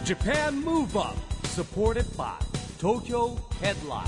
Japan Move Up supported by Tokyo Headline。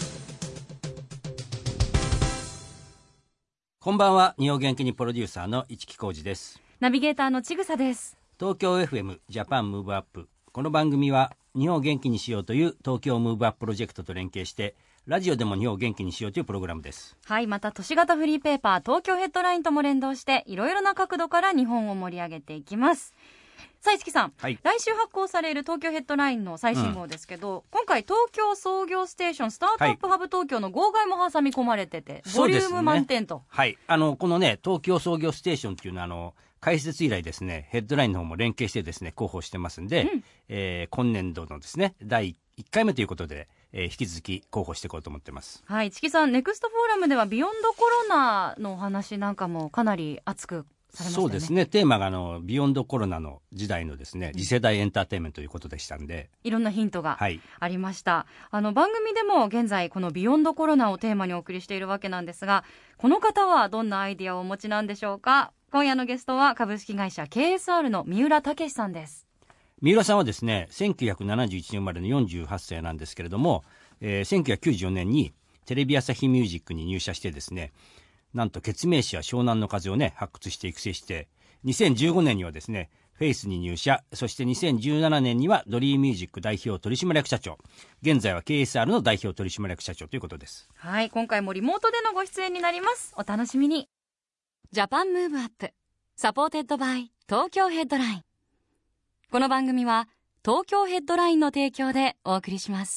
こんばんは。日本元気にプロデューサーの市木浩司です。 ナビゲーターのちぐさです。 東京 FM ジャパンムーブアップ、この番組は日本を元気にしようという東京ムーブアッププロジェクトと連携してラジオでも日本を元気にしようというプログラムです。 はい、また都市型フリーペーパー東京ヘッドラインとも連動していろいろな角度から日本を盛り上げていきます。さあ市木さん、 はい、 来週発行される東京ヘッドラインの最新号ですけど、今回東京創業ステーションスタートアップハブ東京の号外も挟み込まれてて、ボリューム満点と。 はい、このね東京創業ステーションっていうのは開設以来ですね、ヘッドラインの方も連携してですね広報してますんで、今年度のですね第1回目ということで、引き続き広報していこうと思ってます。 はい、市木さん、ネクストフォーラムではビヨンドコロナのお話なんかもかなり熱くされましたね。 そうですね、テーマがビヨンドコロナの時代のですね、次世代エンターテインメントということでしたんで、 いろんなヒントがはいありました。番組でも現在このビヨンドコロナをテーマにお送りしているわけなんですが、この方はどんなアイデアをお持ちなんでしょうか。今夜のゲストは株式会社 KSR の三浦武さんです。 三浦さんはですね1971年生まれの48歳なんですけれども、1994年にテレビ朝日ミュージックに入社してですね、なんとケツメイシや湘南の風をね発掘して育成して、2015年にはですねフェイスに入社、そして2017年にはドリーミュージック代表取締役社長、現在は KSR の代表取締役社長ということです。 はい、今回もリモートでのご出演になります。お楽しみに。ジャパンムーブアップサポーテッドバイ東京ヘッドライン。この番組は東京ヘッドラインの提供でお送りします。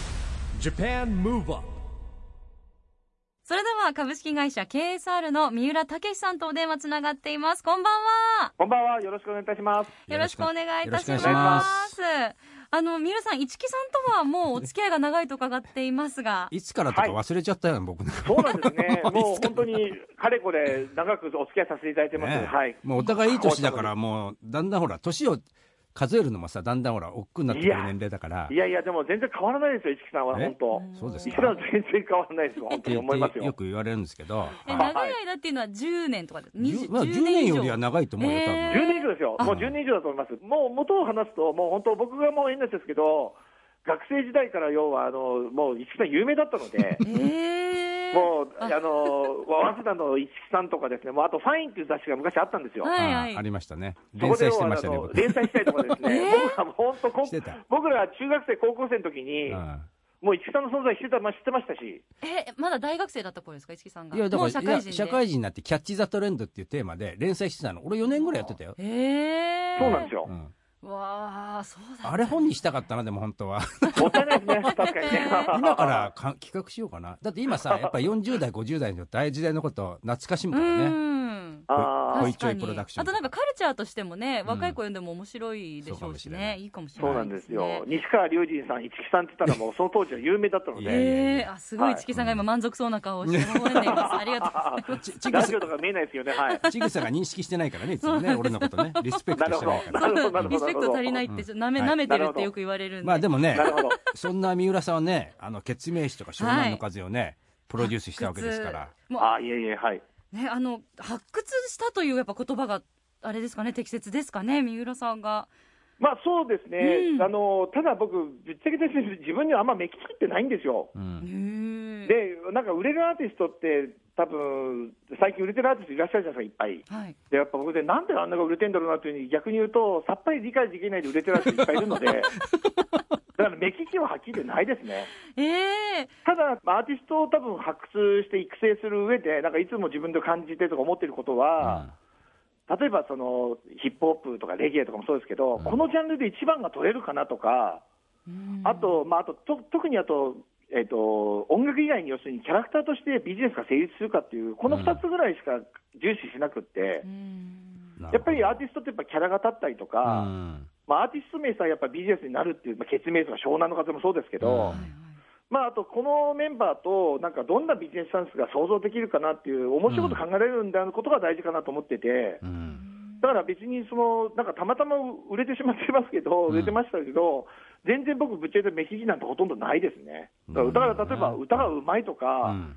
Japan Move Up。 それでは株式会社 KSR の三浦武さんとお電話つながっています。こんばんは。 こんばんは。よろしくお願いいたします。 よろしくお願いいたします。 よろしくお願いします。 三浦さん、市木さんとはもうお付き合いが長いと伺っていますが、 いつからとか忘れちゃったよ、はい、僕ね。 そうなんですね。もう本当にかれこれ長くお付き合いさせていただいてます、 ね、 はい。 もうお互いいい年だから、もうだんだんほら年を数えるのもさ、だんだんほら億劫になってくる年齢だから。 いやいや、でも全然変わらないですよ、市木さんは。本当そうですか。 市木さんは全然変わらないですよ、本当に思いますよ。 よく言われるんですけど、 長い間っていうのは10年とかで、 10年よりは長いと思うよ、多分。 10年以上ですよ。もう10年以上だと思います。もう元を話すと、もう本当僕がもう変なやつですけど、学生時代から要はもう市木さん有名だったので、もう早稲田の市木さんとかですね、もうあとファインっていう雑誌が昔あったんですよ。 はいはい、 ありましたね。 連載してましたね。連載したりとかですね。僕は本当僕ら中学生高校生の時に、もう市木さんの存在知ってましたし。 まだ大学生だった頃ですか、市木さんが。 いやだから社会人で。 社会人になってキャッチザトレンドっていうテーマで連載してたの。俺4年ぐらいやってたよ。 そうなんですよ。 わあ、そうだ。 あれ本にしたかったな、でも本当は。 もったいないですね、確かにね。 今から企画しようかな。だって今さ、やっぱり40代50代の大時代のことを懐かしむからね。ホイチョイプロダクション。 あとなんかカルチャーとしてもね、若い子読んでも面白いでしょうしね、いいかもしれない。 そうなんですよ。西川隆人さん、市木さんって言ったらもうその当時は有名だったので。 すごい、市木さんが今満足そうな顔をして微笑んでいます。ありがとうございます。 ラジオとか見えないですよね。 ちぐさが認識してないからね、いつもね、俺のことね、リスペクトしてないから。 リスペクト足りないって舐めてるってよく言われるんで。 まあでもね、そんな三浦さんはね、ケツメイシとか湘南の風をね、プロデュースしたわけですから。 いえいえ、はい。 ね、発掘したというやっぱ言葉があれですかね、適切ですかね、三浦さんが。 まあそうですね、ただ僕、ぶっちゃけて自分にはあんま目利きってないんですよ。で、なんか売れるアーティストって、多分最近売れてるアーティストいらっしゃるじゃないですか、いっぱい。でやっぱ僕で、なんであんなが売れてんだろうなというふうに逆に言うと、さっぱり理解できないで売れてるアーティストいっぱいいるので、だから目利きははっきりないですね。ただ、アーティストを多分発掘して育成する上で、なんかいつも自分で感じてるとか思ってることは、例えばヒップホップとかレゲエとかもそうですけど、このジャンルで一番が取れるかなとか、あと特に音楽以外に要するにキャラクターとしてビジネスが成立するかっていう、この2つぐらいしか重視しなくって、やっぱりアーティストってやっぱキャラが立ったりとか、アーティスト名さえやっぱビジネスになるっていう、ケツメイシとか湘南の風もそうですけど、あとこのメンバーとなんかどんなビジネスチャンスが想像できるかなっていう面白いこと考えられるんだことが大事かなと思ってて、だから別になんかたまたま売れてしまってますけど、売れてましたけど、全然僕ぶっちゃけ目利きなんてほとんどないですね。だから例えば歌がうまいとか、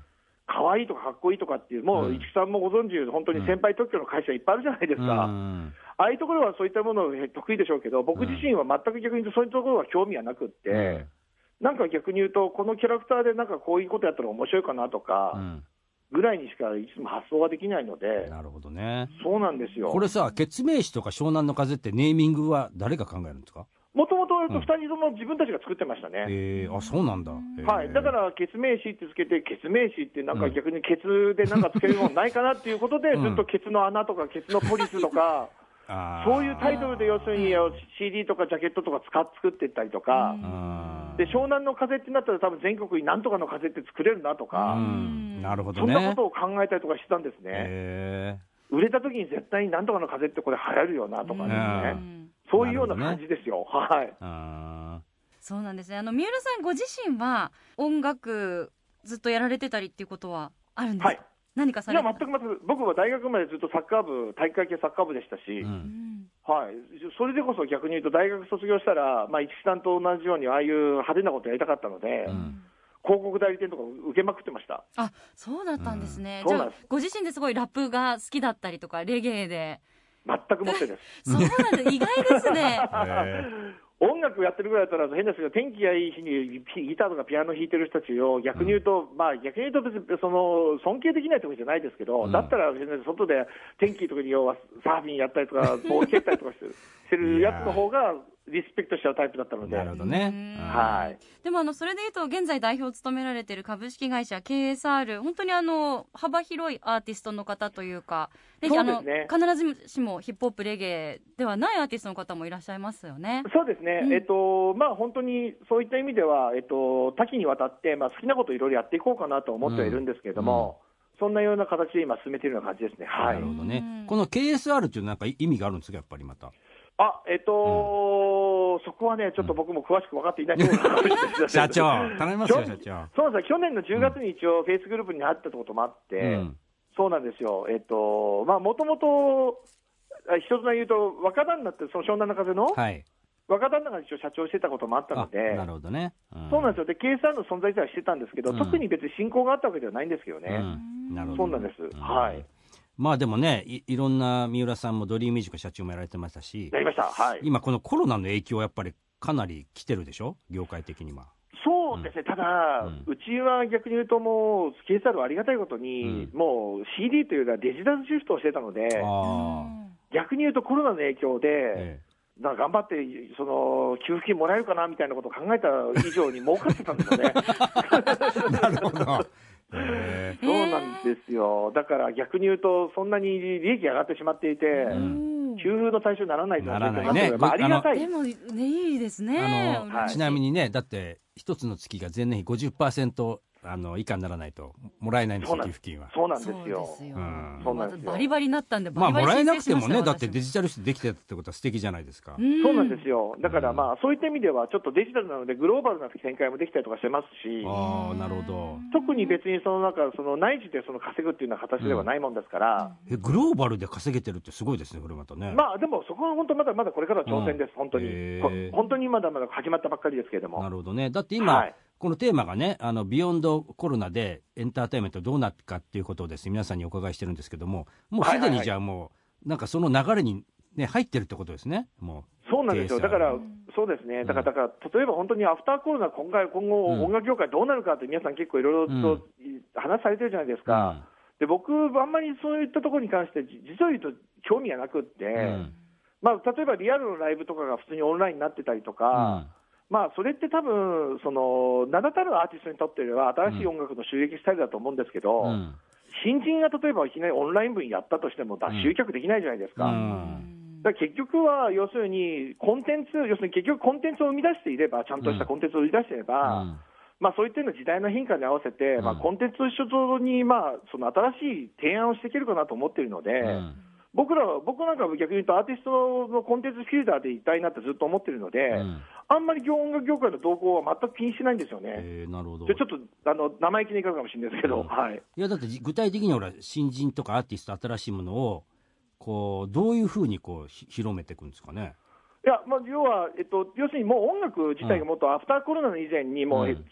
可愛いとかかっこいいとかっていう、もう市木さんもご存知、本当に先輩特許の会社いっぱいあるじゃないですか、ああいうところはそういったものを得意でしょうけど、僕自身は全く逆に言うと、そういうところは興味はなくって、なんか逆に言うと、このキャラクターでなんかこういうことやったら面白いかなとか、ぐらいにしかいつも発想ができないので。 なるほどね。 そうなんですよ。 これさ、ケツメイシとか湘南の風ってネーミングは誰が考えるんですか？ もともと2人とも自分たちが作ってましたね。 あ、そうなんだ。 はい、だからケツメイシってつけて、ケツメイシってなんか逆にケツでなんかつけるものないかなっていうことで、ずっとケツの穴とかケツのポリスとか、そういうタイトルで要するに CD とかジャケットとか作っていったりとか、で湘南の風ってなったら多分全国になんとかの風って作れるなとか、 なるほどね、 そんなことを考えたりとかしてたんですね。売れた時に絶対になんとかの風ってこれ流行るよなとかですね、そういうような感じですよ。はい。 そうなんですね。三浦さんご自身は音楽ずっとやられてたりっていうことはあるんですか？はい、何かされてた？ いや全く僕は大学までずっとサッカー部、体育会系サッカー部でしたし、はい、それでこそ逆に言うと大学卒業したら、市木さんと同じようにああいう派手なことやりたかったので、広告代理店とか受けまくってました。 あ、そうだったんですね。じゃあご自身ですごいラップが好きだったりとか、レゲエで。 全くもってです。 そうなんです。意外ですね。 音楽やってるぐらいだったら変ですけど、天気がいい日にギターとかピアノ弾いてる人たちを逆に言うと、逆に言うと別に尊敬できないところじゃないですけど、だったら外で天気とかに要はサーフィンやったりとか、ボール蹴ったりとかしてるやつの方がリスペクトしちゃうタイプだったので。 なるほどね。 はい。 でもそれでいうと現在代表を務められている株式会社 KSR、 本当に幅広いアーティストの方というか、 そうですね、 必ずしもヒップホップレゲエではないアーティストの方もいらっしゃいますよね。 そうですね、本当にそういった意味では、多岐にわたって、好きなことをいろいろやっていこうかなと思ってはいるんですけれども、そんなような形で今進めているような感じですね。はい。 なるほどね。この KSR っていうなんか意味があるんですか、やっぱりまた。 そこはね、ちょっと僕も詳しく分かっていないところが社長、頼みますよ、社長。 そうなんですよ、去年の10月に一応、フェイスグループに入ったこともあって、そうなんですよ、もともと、一つの言うと、若旦那って、その湘南の風の、若旦那が一応、社長してたこともあったので、 なるほどね。 そうなんですよ、で、KSR の存在自体はしてたんですけど、特に別に親交があったわけではないんですけどね、そうなんです。はい。 でもね、いろんな三浦さんもドリームミュージック社長もやられてましたし、 やりました。はい。 今このコロナの影響はやっぱりかなり来てるでしょ、業界的には。 そうですね、ただ、うちは逆に言うともう KSR はありがたいことに、もう CD というよりはデジタルシフトをしてたので、逆に言うとコロナの影響で、頑張ってその給付金もらえるかなみたいなことを考えた以上に儲かってたんですよね。 なるほど。 そうなんですよ。だから逆に言うと、そんなに利益が上がってしまっていて、給付の対象にならないというのは、ね、ありがたい。 でもね、いいですね。 ちなみにね、だって一つの月が前年比 50% 以下にならないともらえないんですよ、給付金は。 そうなんですよ。 そうなんですよ。バリバリになったんで、 もらえなくてもね、だってデジタルしてできてたってことは素敵じゃないですか。 そうなんですよ。だからそういった意味ではちょっとデジタルなのでグローバルな展開もできたりとかしてますし、 なるほど。 特に別にその内需で稼ぐっていうような形ではないもんですから。 グローバルで稼げてるってすごいですね、これまたね。 でもそこは本当まだまだこれからは挑戦です、本当に。本当にまだまだ始まったばっかりですけれども。 なるほどね。だって今、このテーマがね、ビヨンドコロナでエンターテインメントどうなるかっていうことをですね、皆さんにお伺いしてるんですけども、もうすでにじゃあもう、なんかその流れに、ね、入ってるってことですね、もう。 そうなんですよ。だから、そうですね。だから例えば本当にアフターコロナ、今後、音楽業界どうなるかって皆さん結構いろいろと話されてるじゃないですか。で、僕、あんまりそういったところに関して、実を言うと興味がなくって、例えばリアルのライブとかが普通にオンラインになってたりとか、それって多分名だたるアーティストにとっては新しい音楽の収益スタイルだと思うんですけど、新人が例えばいきなりオンライン部にやったとしても集客できないじゃないですか。だから結局は要するに結局コンテンツを生み出していれば、ちゃんとしたコンテンツを生み出していれば、そういったような時代の変化に合わせて、コンテンツと一緒にその新しい提案をしていけるかなと思っているので、僕なんかは逆に言うとアーティストのコンテンツフィルターでいたいなってずっと思ってるので、あんまり音楽業界の動向は全く気にしないんですよね。なるほど。ちょっと生意気な言い方かもしれないですけど、 いやだって具体的には新人とかアーティスト新しいものをどういうふうに広めていくんですかね。 いや要するにもう音楽自体がもっとアフターコロナの以前にもう、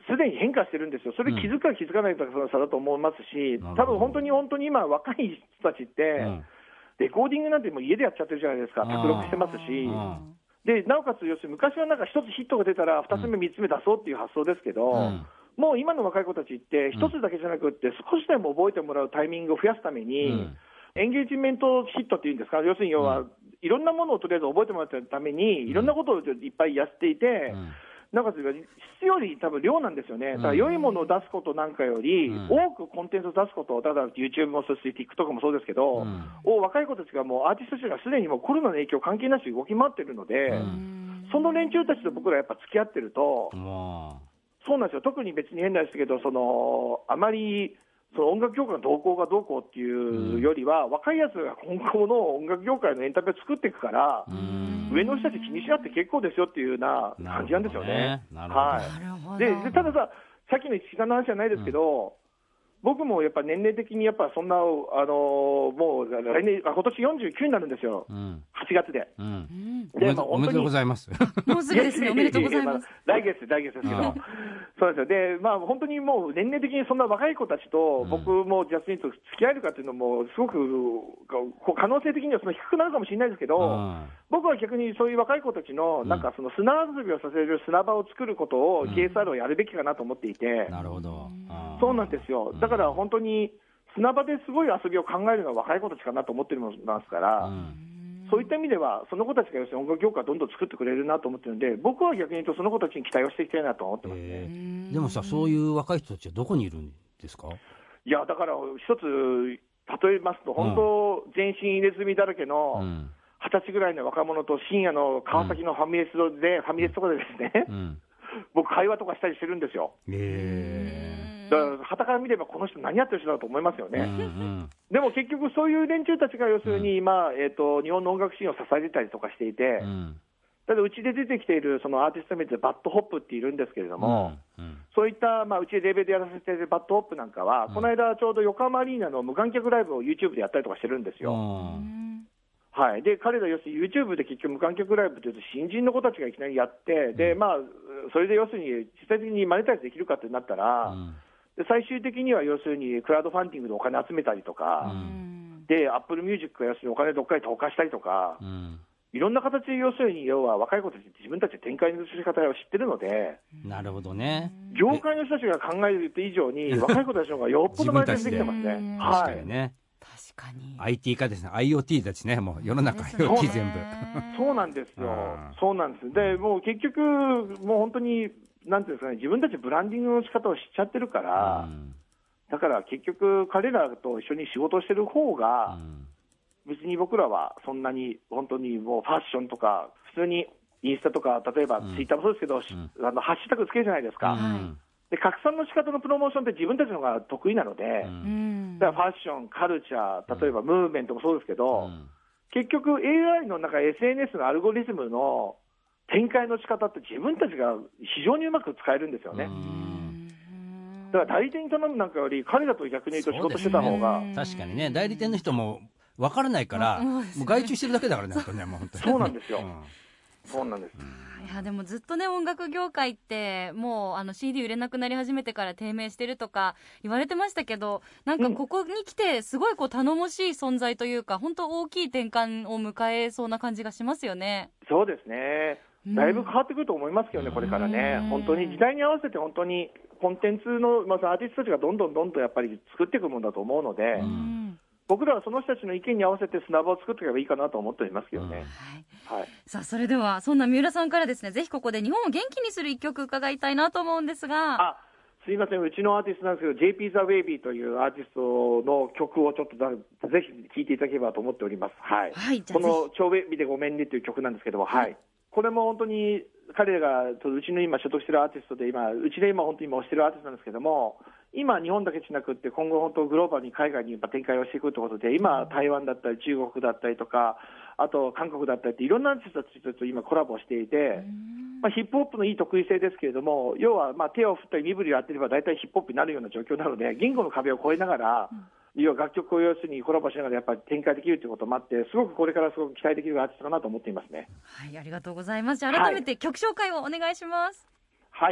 すでに変化してるんですよ。それ気づくか気づかないかの差だと思いますし、多分本当に今若い人たちって、レコーディングなんてもう家でやっちゃってるじゃないですか。卓録してますし。でなおかつ要するに昔はなんか一つヒットが出たら2つ目3つ目出そうっていう発想ですけど、もう今の若い子たちって一つだけじゃなくって少しでも覚えてもらうタイミングを増やすために、エンゲージメントヒットっていうんですか、要するにいろんなものをとりあえず覚えてもらうためにいろんなことをいっぱいやっていて、なおかつ質より多分量なんですよね。だから良いものを出すことなんかより、多くコンテンツを出すこと、だから YouTube もそうですし TikTok もそうですけど、若い子たちがもうアーティストたちがすでにもうコロナの影響関係なし動き回ってるので、その連中たちと僕らやっぱ付き合ってると、そうなんですよ。特に別に変なんですけど、あまりその音楽業界の動向がどうこうっていうよりは、若いやつが今後の音楽業界のエンタメを作っていくから、上の人たち気にしなくて結構ですよっていうような感じなんですよね。でたださっきの石川の話じゃないですけど、僕もやっぱ年齢的にやっぱそんなもう来年今年49になるんですよ、8月で。 でおめでとうございます。 もうすぐですね。おめでとうございます。 来月ですけど、そうですよ。で本当にもう年齢的にそんな若い子たちと僕もジャスティンと付き合えるかっていうのもすごく可能性的にはその低くなるかもしれないですけど、僕は逆にそういう若い子たちのなんかその砂遊びをさせる砂場を作ることを KSR をやるべきかなと思っていて。 なるほど。 そうなんですよ。だから本当に砂場ですごい遊びを考えるのは若い子たちかなと思ってますから、そういった意味ではその子たちが要するに音楽業界をどんどん作ってくれるなと思ってるんで、僕は逆に言うとその子たちに期待をしていきたいなと思ってますね。 でもさ、そういう若い人たちはどこにいるんですか？ いやだから一つ例えますと、本当全身入れ墨だらけの20歳ぐらいの若者と深夜の川崎のファミレスとかでですね、僕会話とかしたりしてるんですよ。だから傍から見ればこの人何やってる人だと思いますよね。でも結局そういう連中たちが要するに今、日本の音楽シーンを支えてたりとかしていて、ただうちで出てきているそのアーティスト名でバッドホップっているんですけれども、そういったうちでレベルでやらせているバッドホップなんかは、この間ちょうど横浜アリーナの無観客ライブを YouTube でやったりとかしてるんですよ。で彼ら要するに YouTube で結局無観客ライブというと新人の子たちがいきなりやって、でそれで要するに実際的にマネタイズできるかってなったら、で最終的には要するにクラウドファンディングでお金集めたりとか、で Apple Music が要するにお金どっかに投下したりとか、いろんな形で要するに要は若い子たちって自分たちで展開の仕方を知ってるので。 なるほどね。 業界の人たちが考える以上に若い子たちの方がよっぽどマネタイズできてますね。 確かにね。 確かに IT 化ですね。 IoT たちね、もう世の中 IoT 全部。 そうなんですよ。そうなんです。でもう結局もう本当になんていうんですかね、自分たちブランディングの仕方を知っちゃってるから、だから結局彼らと一緒に仕事をしてる方が、別に僕らはそんなに本当にもうファッションとか普通にインスタとか例えばツイッターもそうですけど、ハッシュタグつけるじゃないですか。で拡散の仕方のプロモーションって自分たちの方が得意なので、だからファッション、カルチャー、例えばムーブメントもそうですけど、結局 AI の中 SNS のアルゴリズムの展開の仕方って自分たちが非常にうまく使えるんですよね。だから代理店に頼むなんかより彼らと逆に言うと仕事してた方が、 確かにね、代理店の人も分からないから、もう外注してるだけだからね、本当にもう本当にそうなんですよ。そうなんです。 いやでもずっとね、音楽業界ってもうCD 売れなくなり始めてから低迷してるとか言われてましたけど、なんかここに来てすごい頼もしい存在というか、本当大きい転換を迎えそうな感じがしますよね。 そうですね。だいぶ変わってくると思いますけどね、これからね。本当に時代に合わせて本当にコンテンツの、アーティストたちがどんどんやっぱり作っていくものだと思うので、僕らはその人たちの意見に合わせて砂場を作っていけばいいかなと思っておりますけどね。 さあそれではそんな三浦さんからですね、ぜひここで日本を元気にする一曲伺いたいなと思うんですが。 すいません、うちのアーティストなんですけど JP The Wavy というアーティストの曲をちょっとぜひ聴いていただければと思っております。この超ウェビでごめんねという曲なんですけども、これも本当に彼らがうちの今所属しているアーティストでうちで今本当に推しているアーティストなんですけども、今日本だけじゃなくって今後本当グローバルに海外に展開をしていくということで、今台湾だったり中国だったりとか、あと韓国だったりっていろんなアーティストたちと今コラボをしていて、ヒップホップのいい得意性ですけれども、要は手を振ったり身振りをやっていれば大体ヒップホップになるような状況なので、言語の壁を越えながら、要は楽曲を要するにコラボしながらやっぱり展開できるということもあって、すごくこれからすごく期待できるアーティストかなと思っていますね。 ありがとうございます。じゃあ改めて曲紹介をお願いします。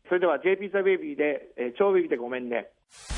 それでは JP ザ・ベイビーで、超ベイビーでごめんね。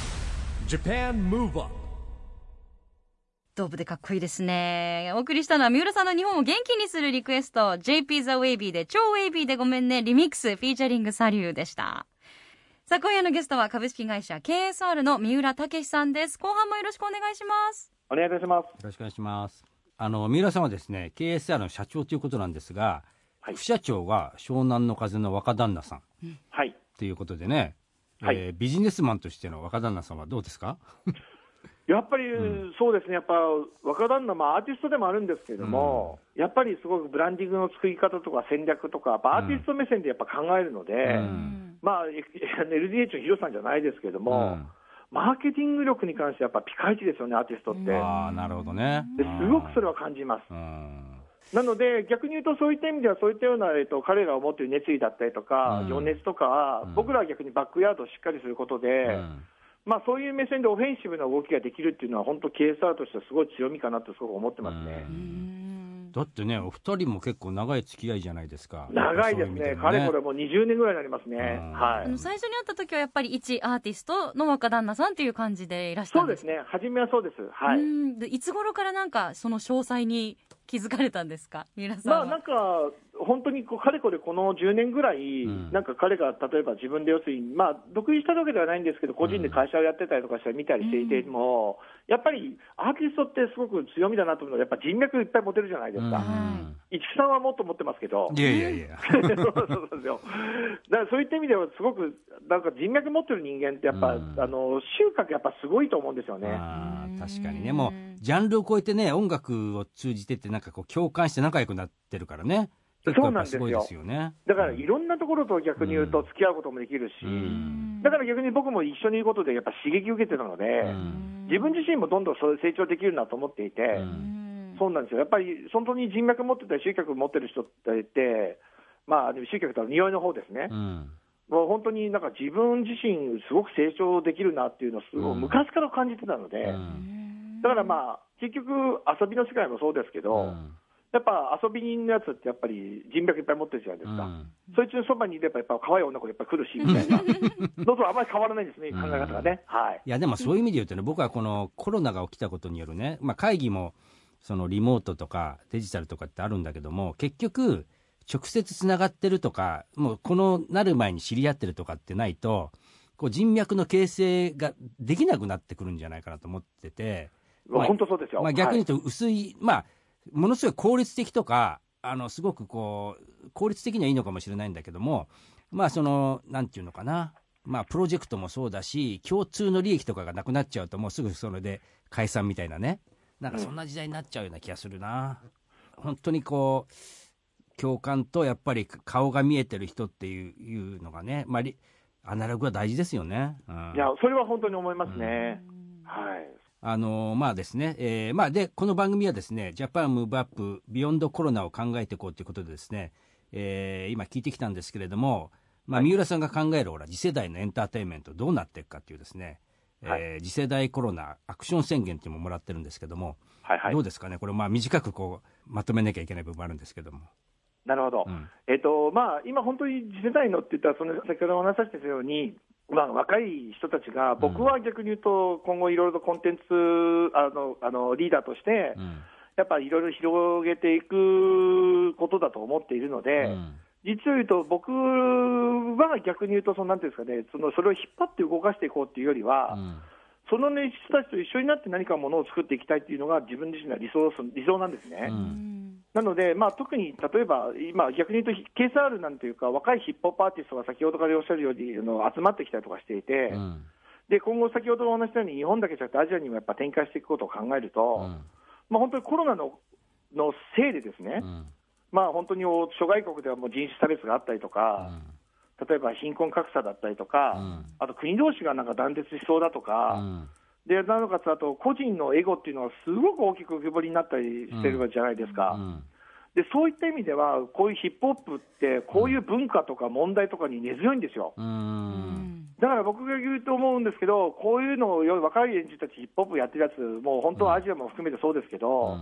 Japan Move Up。 ドープでかっこいいですね。お送りしたのは三浦さんの日本を元気にするリクエスト JP ザ・ウェイビーで超ウェイビーでごめんねリミックスフィーチャリングサリューでした。さあ今夜のゲストは株式会社 KSR の三浦武さんです。後半もよろしくお願いします。 お願いいたします。 よろしくお願いします。三浦さんはですね KSR の社長ということなんですが、はい、副社長が湘南の風の若旦那さん、 はい、 ということでね、 はい、 ビジネスマンとしての若旦那さんはどうですか？ やっぱり、そうですね、やっぱ若旦那、アーティストでもあるんですけれども、やっぱりすごくブランディングの作り方とか戦略とか、やっぱアーティスト目線でやっぱ考えるので、LDH の広さんじゃないですけれども、マーケティング力に関してやっぱピカイチですよね、アーティストって。 なるほどね。 すごくそれは感じます。なので、逆に言うと、そういった意味では、そういったような、彼らが持っている熱意だったりとか、情熱とか、僕らは逆にバックヤードをしっかりすることで、そういう目線でオフェンシブな動きができるっていうのは、本当、KSR としてはすごい強みかなとすごく思ってますね。 だってね、お二人も結構長い付き合いじゃないですか。 長いですね、かれこれもう20年ぐらいになりますね。はい、 最初に会った時はやっぱり一アーティストの若旦那さんという感じでいらっしゃるんですか？ そうですね、初めはそうです。はい。 でいつ頃からなんかその詳細に気づかれたんですか、三浦さんは？ なんか本当にかれこれこの10年ぐらい、なんか彼が例えば自分で要するに、独立したわけではないんですけど、個人で会社をやってたりとかして見たりしていても、やっぱりアーティストってすごく強みだなと思うのは、やっぱ人脈いっぱい持てるじゃないですか。市木さんはもっと持ってますけど、 いやそうですよ。だからそういった意味では、すごくなんか人脈持ってる人間って、やっぱ、収穫やっぱすごいと思うんですよね。 確かにね、もうジャンルを超えてね、音楽を通じてってなんかこう共感して仲良くなってるからね。 そうなんですよ。 ね、 だからいろんなところと逆に言うと付き合うこともできるし、だから逆に僕も一緒にいることでやっぱ刺激を受けてたので、自分自身もどんどん成長できるなと思っていて、そうなんですよ。やっぱり本当に人脈持ってたり集客持ってる人っていて、集客とは匂いの方ですね。もう本当になんか自分自身すごく成長できるなっていうのをすごい昔から感じてたので、だから結局遊びの世界もそうですけど、やっぱ遊び人のやつってやっぱり人脈いっぱい持ってるじゃないですか。そいつのそばにいればやっぱ可愛い女の子やっぱ来るしみたいな。どうぞあまり変わらないですね、考え方がね。はい。 いやでもそういう意味で言うとね、僕はこのコロナが起きたことによるね、会議もそのリモートとかデジタルとかってあるんだけども、結局直接つながってるとか、もうこのなる前に知り合ってるとかってないと、こう人脈の形成ができなくなってくるんじゃないかなと思ってて、 本当そうですよ。 逆に言うと薄い、ものすごい効率的とか、すごくこう効率的にはいいのかもしれないんだけども、そのなんていうのかな、プロジェクトもそうだし、共通の利益とかがなくなっちゃうともうすぐそれで解散みたいなね、なんかそんな時代になっちゃうような気がするな。本当にこう共感とやっぱり顔が見えてる人っていうのがね、アナログは大事ですよね。 いやそれは本当に思いますね。はい。 ですね、でこの番組はですね、ジャパンムーブアップビヨンドコロナを考えていこうということでですね、今聞いてきたんですけれども、三浦さんが考える次世代のエンターテインメントどうなっていくかっていうですね、次世代コロナアクション宣言っていうのももらってるんですけども、どうですかね、これ短くこうまとめなきゃいけない部分もあるんですけども。 なるほど。今本当に次世代のって言ったら、先ほどお話しさせたように、若い人たちが、僕は逆に言うと、今後いろいろとコンテンツリーダーとして、やっぱりいろいろ広げていくことだと思っているので、実を言うと、僕は逆に言うと、なんていうんですかね、それを引っ張って動かしていこうっていうよりは、その、人たちと一緒になって何かものを作っていきたいっていうのが自分自身の理想なんですね。なので、特に例えば今逆に言うと KSR なんていうか若いヒップホップアーティストが先ほどからおっしゃるように集まってきたりとかしていて、で今後先ほどお話したように日本だけじゃなくてアジアにもやっぱ展開していくことを考えると、本当にコロナのせいでですね、本当に諸外国ではもう人種差別があったりとか、例えば貧困格差だったりとか、あと国同士がなんか断絶しそうだとか、でなおかつあと個人のエゴっていうのはすごく大きく浮き彫りになったりしてるじゃないですか。でそういった意味ではこういうヒップホップってこういう文化とか問題とかに根強いんですよ。だから僕が言うと思うんですけど、こういうのを若い連中たちヒップホップやってるやつもう本当はアジアも含めてそうですけど、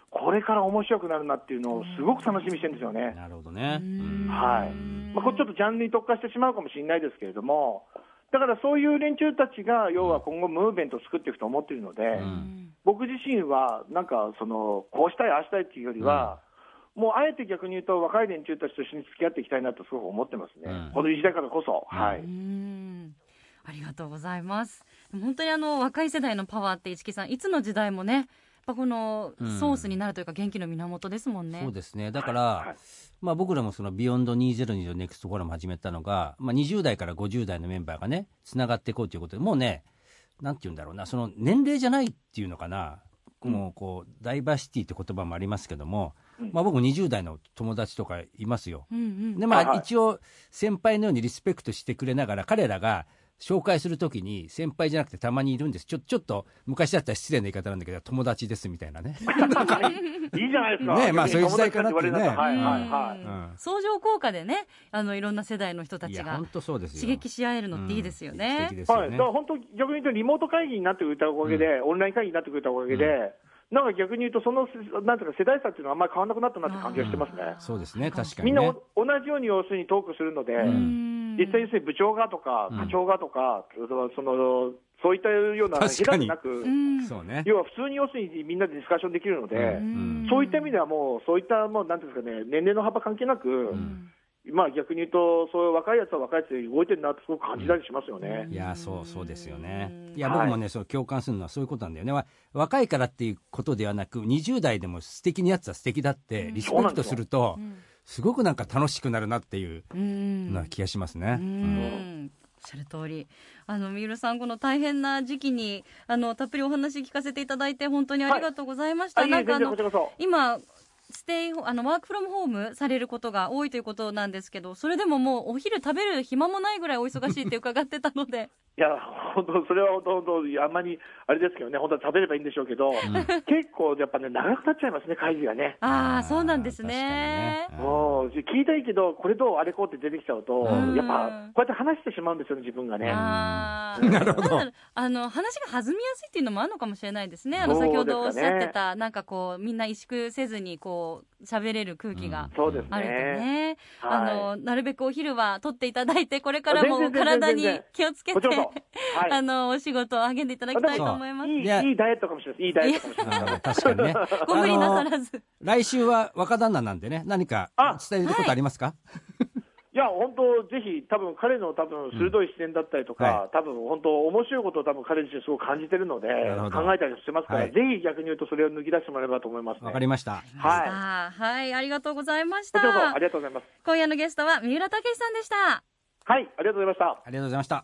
これから面白くなるなっていうのをすごく楽しみにしてるんですよね。 なるほどね。 はい。これちょっとジャンルに特化してしまうかもしれないですけれども、だからそういう連中たちが要は今後ムーブメントを作っていくと思っているので、僕自身はなんかこうしたいああしたいっていうよりは、もうあえて逆に言うと若い連中たちと一緒に付き合っていきたいなとすごく思ってますね。この時代からこそ。はい。 ありがとうございます。本当に若い世代のパワーって市木さんいつの時代もね、やっぱこのソースになるというか元気の源ですもんね。 そうですね。だから、僕らもそのビヨンド2020ネクストフォーラム始めたのが、20代から50代のメンバーがねつながっていこうということで、もうねなんて言うんだろうな、その年齢じゃないっていうのかな、もうこうダイバーシティって言葉もありますけども、僕20代の友達とかいますよ。で一応先輩のようにリスペクトしてくれながら、彼らが紹介するときに先輩じゃなくてたまにいるんです。ちょっと昔だったら失礼な言い方なんだけど友達ですみたいなね。 いいじゃないですか。 ね、そういう時代かなっていうね。 相乗効果でね、いろんな世代の人たちが刺激し合えるのっていいですよね。 だから本当逆に言うとリモート会議になってくれたおかげで、オンライン会議になってくれたおかげで、なんか逆に言うとなんていうか世代差っていうのはあんまり変わらなくなったなって感じがしてますね。 そうですね、確かにね。 みんな同じように要するにトークするので、実際に部長がとか課長がとか、そういったような隔てなく、要は普通に要するにみんなでディスカッションできるので、そういった意味ではもうそういったもうなんていうんですかね、年齢の幅関係なく、逆に言うとそういう若いやつは若いやつで動いてるなってすごく感じたりしますよね。 いやそうですよね。いや僕もね、共感するのはそういうことなんだよね。若いからっていうことではなく、20代でも素敵なやつは素敵だってリスペクトすると、すごくなんか楽しくなるなっていうな気がしますね。 おっしゃる通り、三浦さんこの大変な時期にたっぷりお話聞かせていただいて本当にありがとうございました。なんか今ワークフロムホームされることが多いということなんですけど、それでももうお昼食べる暇もないぐらいお忙しいって伺ってたのでいや本当それは本当あんまりあれですけどね、本当は食べればいいんでしょうけど、結構やっぱね長くなっちゃいますね、会議がね。 そうなんですね。 もう聞いたいけどこれどうあれこうって出てきちゃうと、やっぱこうやって話してしまうんですよね、自分がね。 なるほど。 話が弾みやすいっていうのもあるのかもしれないですね。先ほどおっしゃってたなんかこうみんな萎縮せずにこう喋れる空気があるとね。なるべくお昼は取っていただいて、これからも体に気をつけてお仕事を励んでいただきたいと思います。いいダイエットかもしれない。いいダイエットかもしれない。 確かにね。 ご無理なさらず。 来週は若旦那なんでね、何か伝えることありますか？ いや本当ぜひ多分彼の鋭い視点だったりとか、多分本当面白いことを多分彼自身すごく感じてるので考えたりしてますから、ぜひ逆に言うとそれを抜き出してもらえればと思いますね。 わかりました。 はい、ありがとうございました。 ありがとうございます。 今夜のゲストは三浦武さんでした。 はい、ありがとうございました。 ありがとうございました。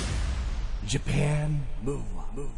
Japan Move Up。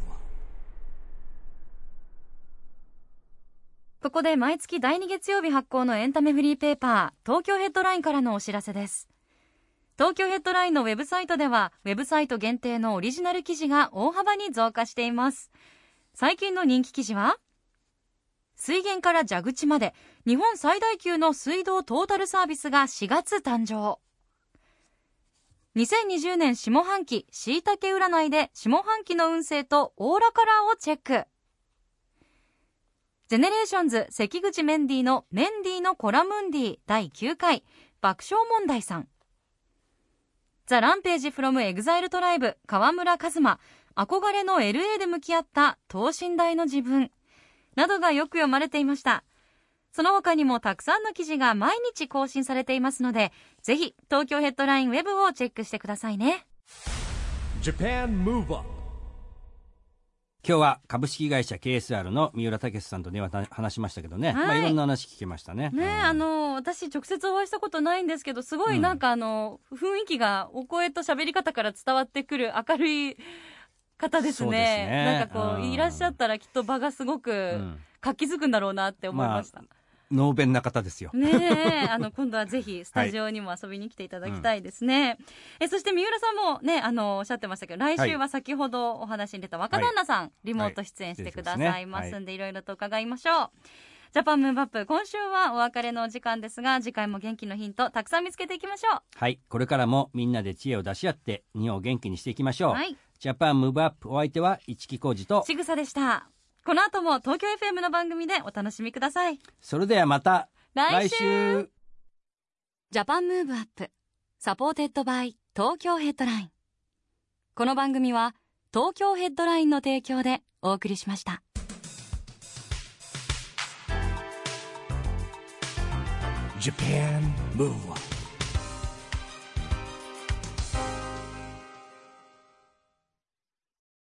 ここで毎月第2月曜日発行のエンタメフリーペーパー東京ヘッドラインからのお知らせです。東京ヘッドラインのウェブサイトではウェブサイト限定のオリジナル記事が大幅に増加しています。最近の人気記事は、水源から蛇口まで日本最大級の水道トータルサービスが4月誕生。2020年下半期しいたけ占いで下半期の運勢とオーラカラーをチェック。ジェネレーションズ関口メンディーのメンディーのコラムンディ第9回爆笑問題さん。ザ・ランページ・フロム・エグザイル・トライブ川村一馬憧れの LA で向き合った等身大の自分などがよく読まれていました。その他にもたくさんの記事が毎日更新されていますので、ぜひ東京ヘッドラインウェブをチェックしてくださいね。 Japan Move Up。 今日は株式会社 KSR の三浦武さんと電話で話しましたけどね、いろんな話聞けましたね。 私直接お会いしたことないんですけど、すごいなんか雰囲気がお声と喋り方から伝わってくる明るい方ですね。なんかこういらっしゃったらきっと場がすごく活気づくんだろうなって思いました。 能弁な方ですよね。今度はぜひスタジオにも遊びに来ていただきたいですね。そして三浦さんもねおっしゃってましたけど、来週は先ほどお話に出た若旦那さん、リモート出演してくださいますんで、いろいろと伺いましょう。ジャパンムーブアップ、今週はお別れのお時間ですが、次回も元気のヒントたくさん見つけていきましょう。 はい、これからもみんなで知恵を出し合って日本を元気にしていきましょう。ジャパンムーブアップ、お相手は市木浩二とちぐさでした。 この後も東京 FM の番組でお楽しみください。 それではまた来週。 ジャパンムーブアップサポーテッドバイ東京ヘッドライン。この番組は東京ヘッドラインの提供でお送りしました。 Japan Move Up